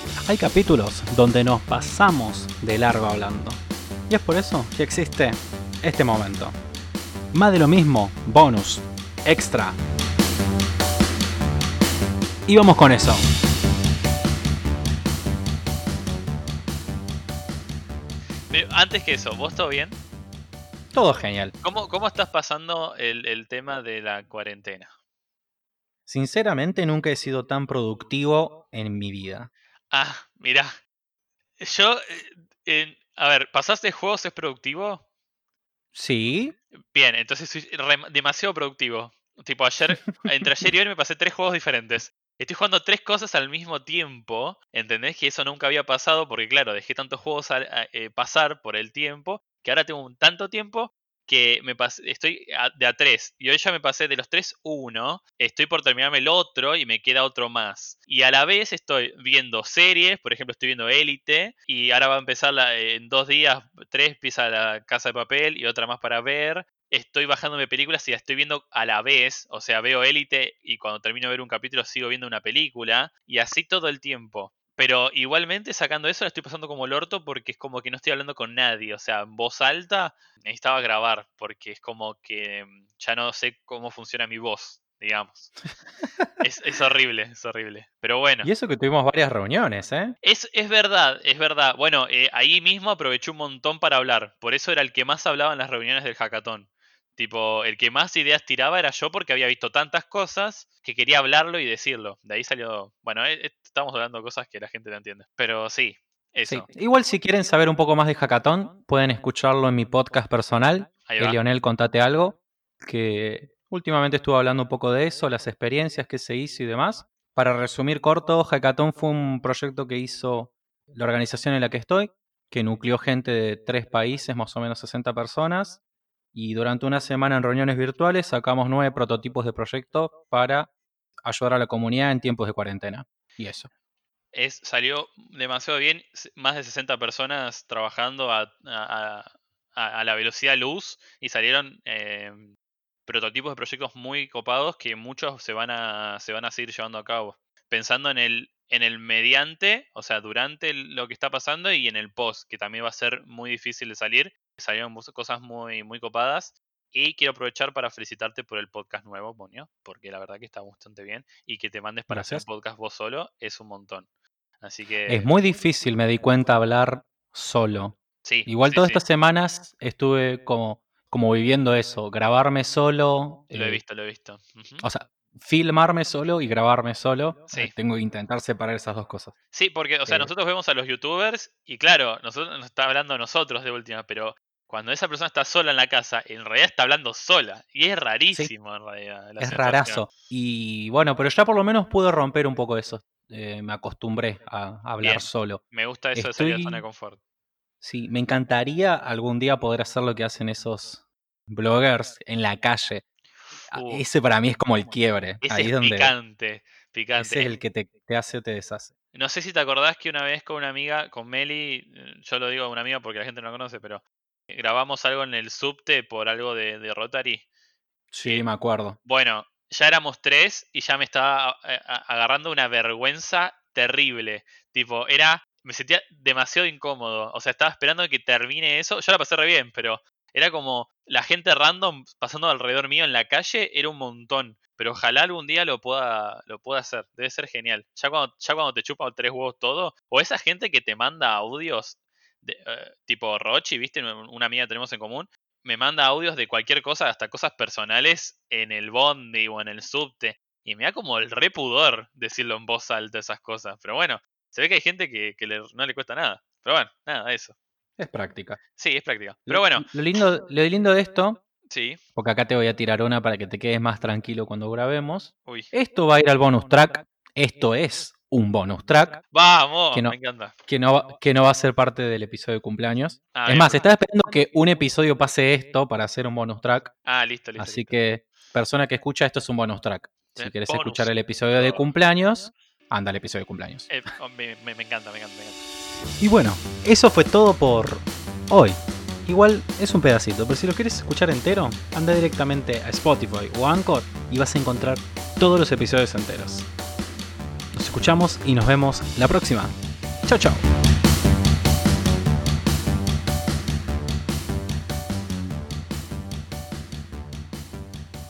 Hay capítulos donde nos pasamos de largo hablando. Y es por eso que existe este momento. Más de lo mismo, bonus, extra. Y vamos con eso. Pero antes que eso, ¿vos todo bien? Todo genial. ¿Cómo estás pasando el tema de la cuarentena? Sinceramente nunca he sido tan productivo en mi vida. Ah, mirá. Yo, a ver, ¿pasaste juegos es productivo? Sí, Bien, entonces soy demasiado productivo. Tipo, entre ayer y hoy me pasé 3 juegos diferentes. Estoy jugando 3 cosas al mismo tiempo. ¿Entendés? Que eso nunca había pasado porque, claro, dejé tantos juegos pasar por el tiempo que ahora tengo tanto tiempo que estoy de a 3. Y hoy ya me pasé de los 3 uno. Estoy por terminarme el otro y me queda otro más. Y a la vez estoy viendo series. Por ejemplo, estoy viendo Élite. Y ahora va a empezar en 2 días, 3 empieza La Casa de Papel y otra más para ver. Estoy bajándome películas y las estoy viendo a la vez. O sea, veo Élite y cuando termino de ver un capítulo sigo viendo una película. Y así todo el tiempo. Pero igualmente sacando eso la estoy pasando como el orto porque es como que no estoy hablando con nadie. O sea, en voz alta necesitaba grabar porque es como que ya no sé cómo funciona mi voz, digamos. Es horrible, es horrible. Pero bueno. y eso que tuvimos varias reuniones, ¿eh? Es verdad, es verdad. Bueno, ahí mismo aproveché un montón para hablar. Por eso era el que más hablaba en las reuniones del hackathon. Tipo, el que más ideas tiraba era yo porque había visto tantas cosas que quería hablarlo y decirlo. De ahí salió... Bueno, estamos hablando de cosas que la gente no entiende. Pero sí, Sí. eso. Igual si quieren saber un poco más de Hackathon, pueden escucharlo en mi podcast personal, Ahí va. Leonel Contate Algo, que últimamente estuve hablando un poco de eso, las experiencias que se hizo y demás. Para resumir corto, Hackathon fue un proyecto que hizo la organización en la que estoy, que nucleó gente de 3 países, más o menos 60 personas, y durante una semana en reuniones virtuales sacamos 9 prototipos de proyecto para ayudar a la comunidad en tiempos de cuarentena. Y eso. Salió demasiado bien. Más de 60 personas trabajando a la velocidad luz y salieron prototipos de proyectos muy copados que muchos se van a seguir llevando a cabo. Pensando en el mediante, o sea, durante lo que está pasando y en el post, que también va a ser muy difícil de salir. Salieron cosas muy, muy copadas. Y quiero aprovechar para felicitarte por el podcast nuevo, Bonio, porque la verdad que está bastante bien. Y que te mandes para hacer Gracias. podcast vos solo es un montón. Así Es que muy difícil, me di cuenta, hablar solo. sí, Igual sí, todas sí. estas semanas estuve como viviendo eso, grabarme solo, Lo he visto, lo he visto. Ujú. o sea, filmarme solo y grabarme solo. Sí. Tengo que intentar separar esas dos cosas. Sí, porque, o sea, Eh, nosotros vemos a los youtubers y claro, nosotros nos está hablando a nosotros de última, pero cuando esa persona está sola en la casa, en realidad está hablando sola. Y es sí, rarísimo en realidad la es sensación. rarazo. Y bueno, pero ya por lo menos pude romper un poco eso. Me acostumbré a hablar Bien, solo. me gusta eso de salir de la zona de Estoy, confort. sí, me encantaría algún día poder hacer lo que hacen esos bloggers en la calle. Uh, Ese para mí es como el quiebre. ese Ahí es es donde picante, picante. ese es el que te hace o te deshace. No sé si te acordás que una vez con una amiga, con Meli, yo lo digo a una amiga porque la gente no la conoce, pero grabamos algo en el subte por algo de Rotary. Sí, Que, me acuerdo. bueno, ya éramos 3 y ya me estaba agarrando una vergüenza terrible. Tipo, me sentía demasiado incómodo. O sea, estaba esperando que termine eso. Yo la pasé re bien, pero era como la gente random pasando alrededor mío en la calle, era un montón. Pero ojalá algún día lo pueda hacer. Debe ser genial. Ya cuando te chupa 3 huevos todo. O esa gente que te manda audios. Tipo Rochi, ¿viste? Una amiga que tenemos en común me manda audios de cualquier cosa, hasta cosas personales, en el bondi o en el subte. Y me da como el repudor decirlo en voz alta esas cosas. Pero bueno, se ve que hay gente que no le cuesta nada. Pero bueno, nada, eso. Es práctica. Sí, es práctica. Pero Lo, bueno, lo lindo de esto, sí. porque acá te voy a tirar una para que te quedes más tranquilo cuando grabemos. Uy. Esto va a ir al bonus track. Esto es un bonus track que Vamos, no, me encanta. que no va a ser parte del episodio de cumpleaños. Ah, Es bien. más, estaba esperando que un episodio pase esto para hacer un bonus track. Ah, listo, listo, Así listo. que, persona que escucha, esto es un bonus track. Si querés escuchar Bonus. el episodio de cumpleaños, anda al episodio de cumpleaños. Me encanta, me encanta, me encanta. Y bueno, eso fue todo por hoy. Igual es un pedacito, pero si lo quieres escuchar entero, anda directamente a Spotify o Anchor y vas a encontrar todos los episodios enteros. Nos escuchamos y nos vemos la próxima. Chau, chau.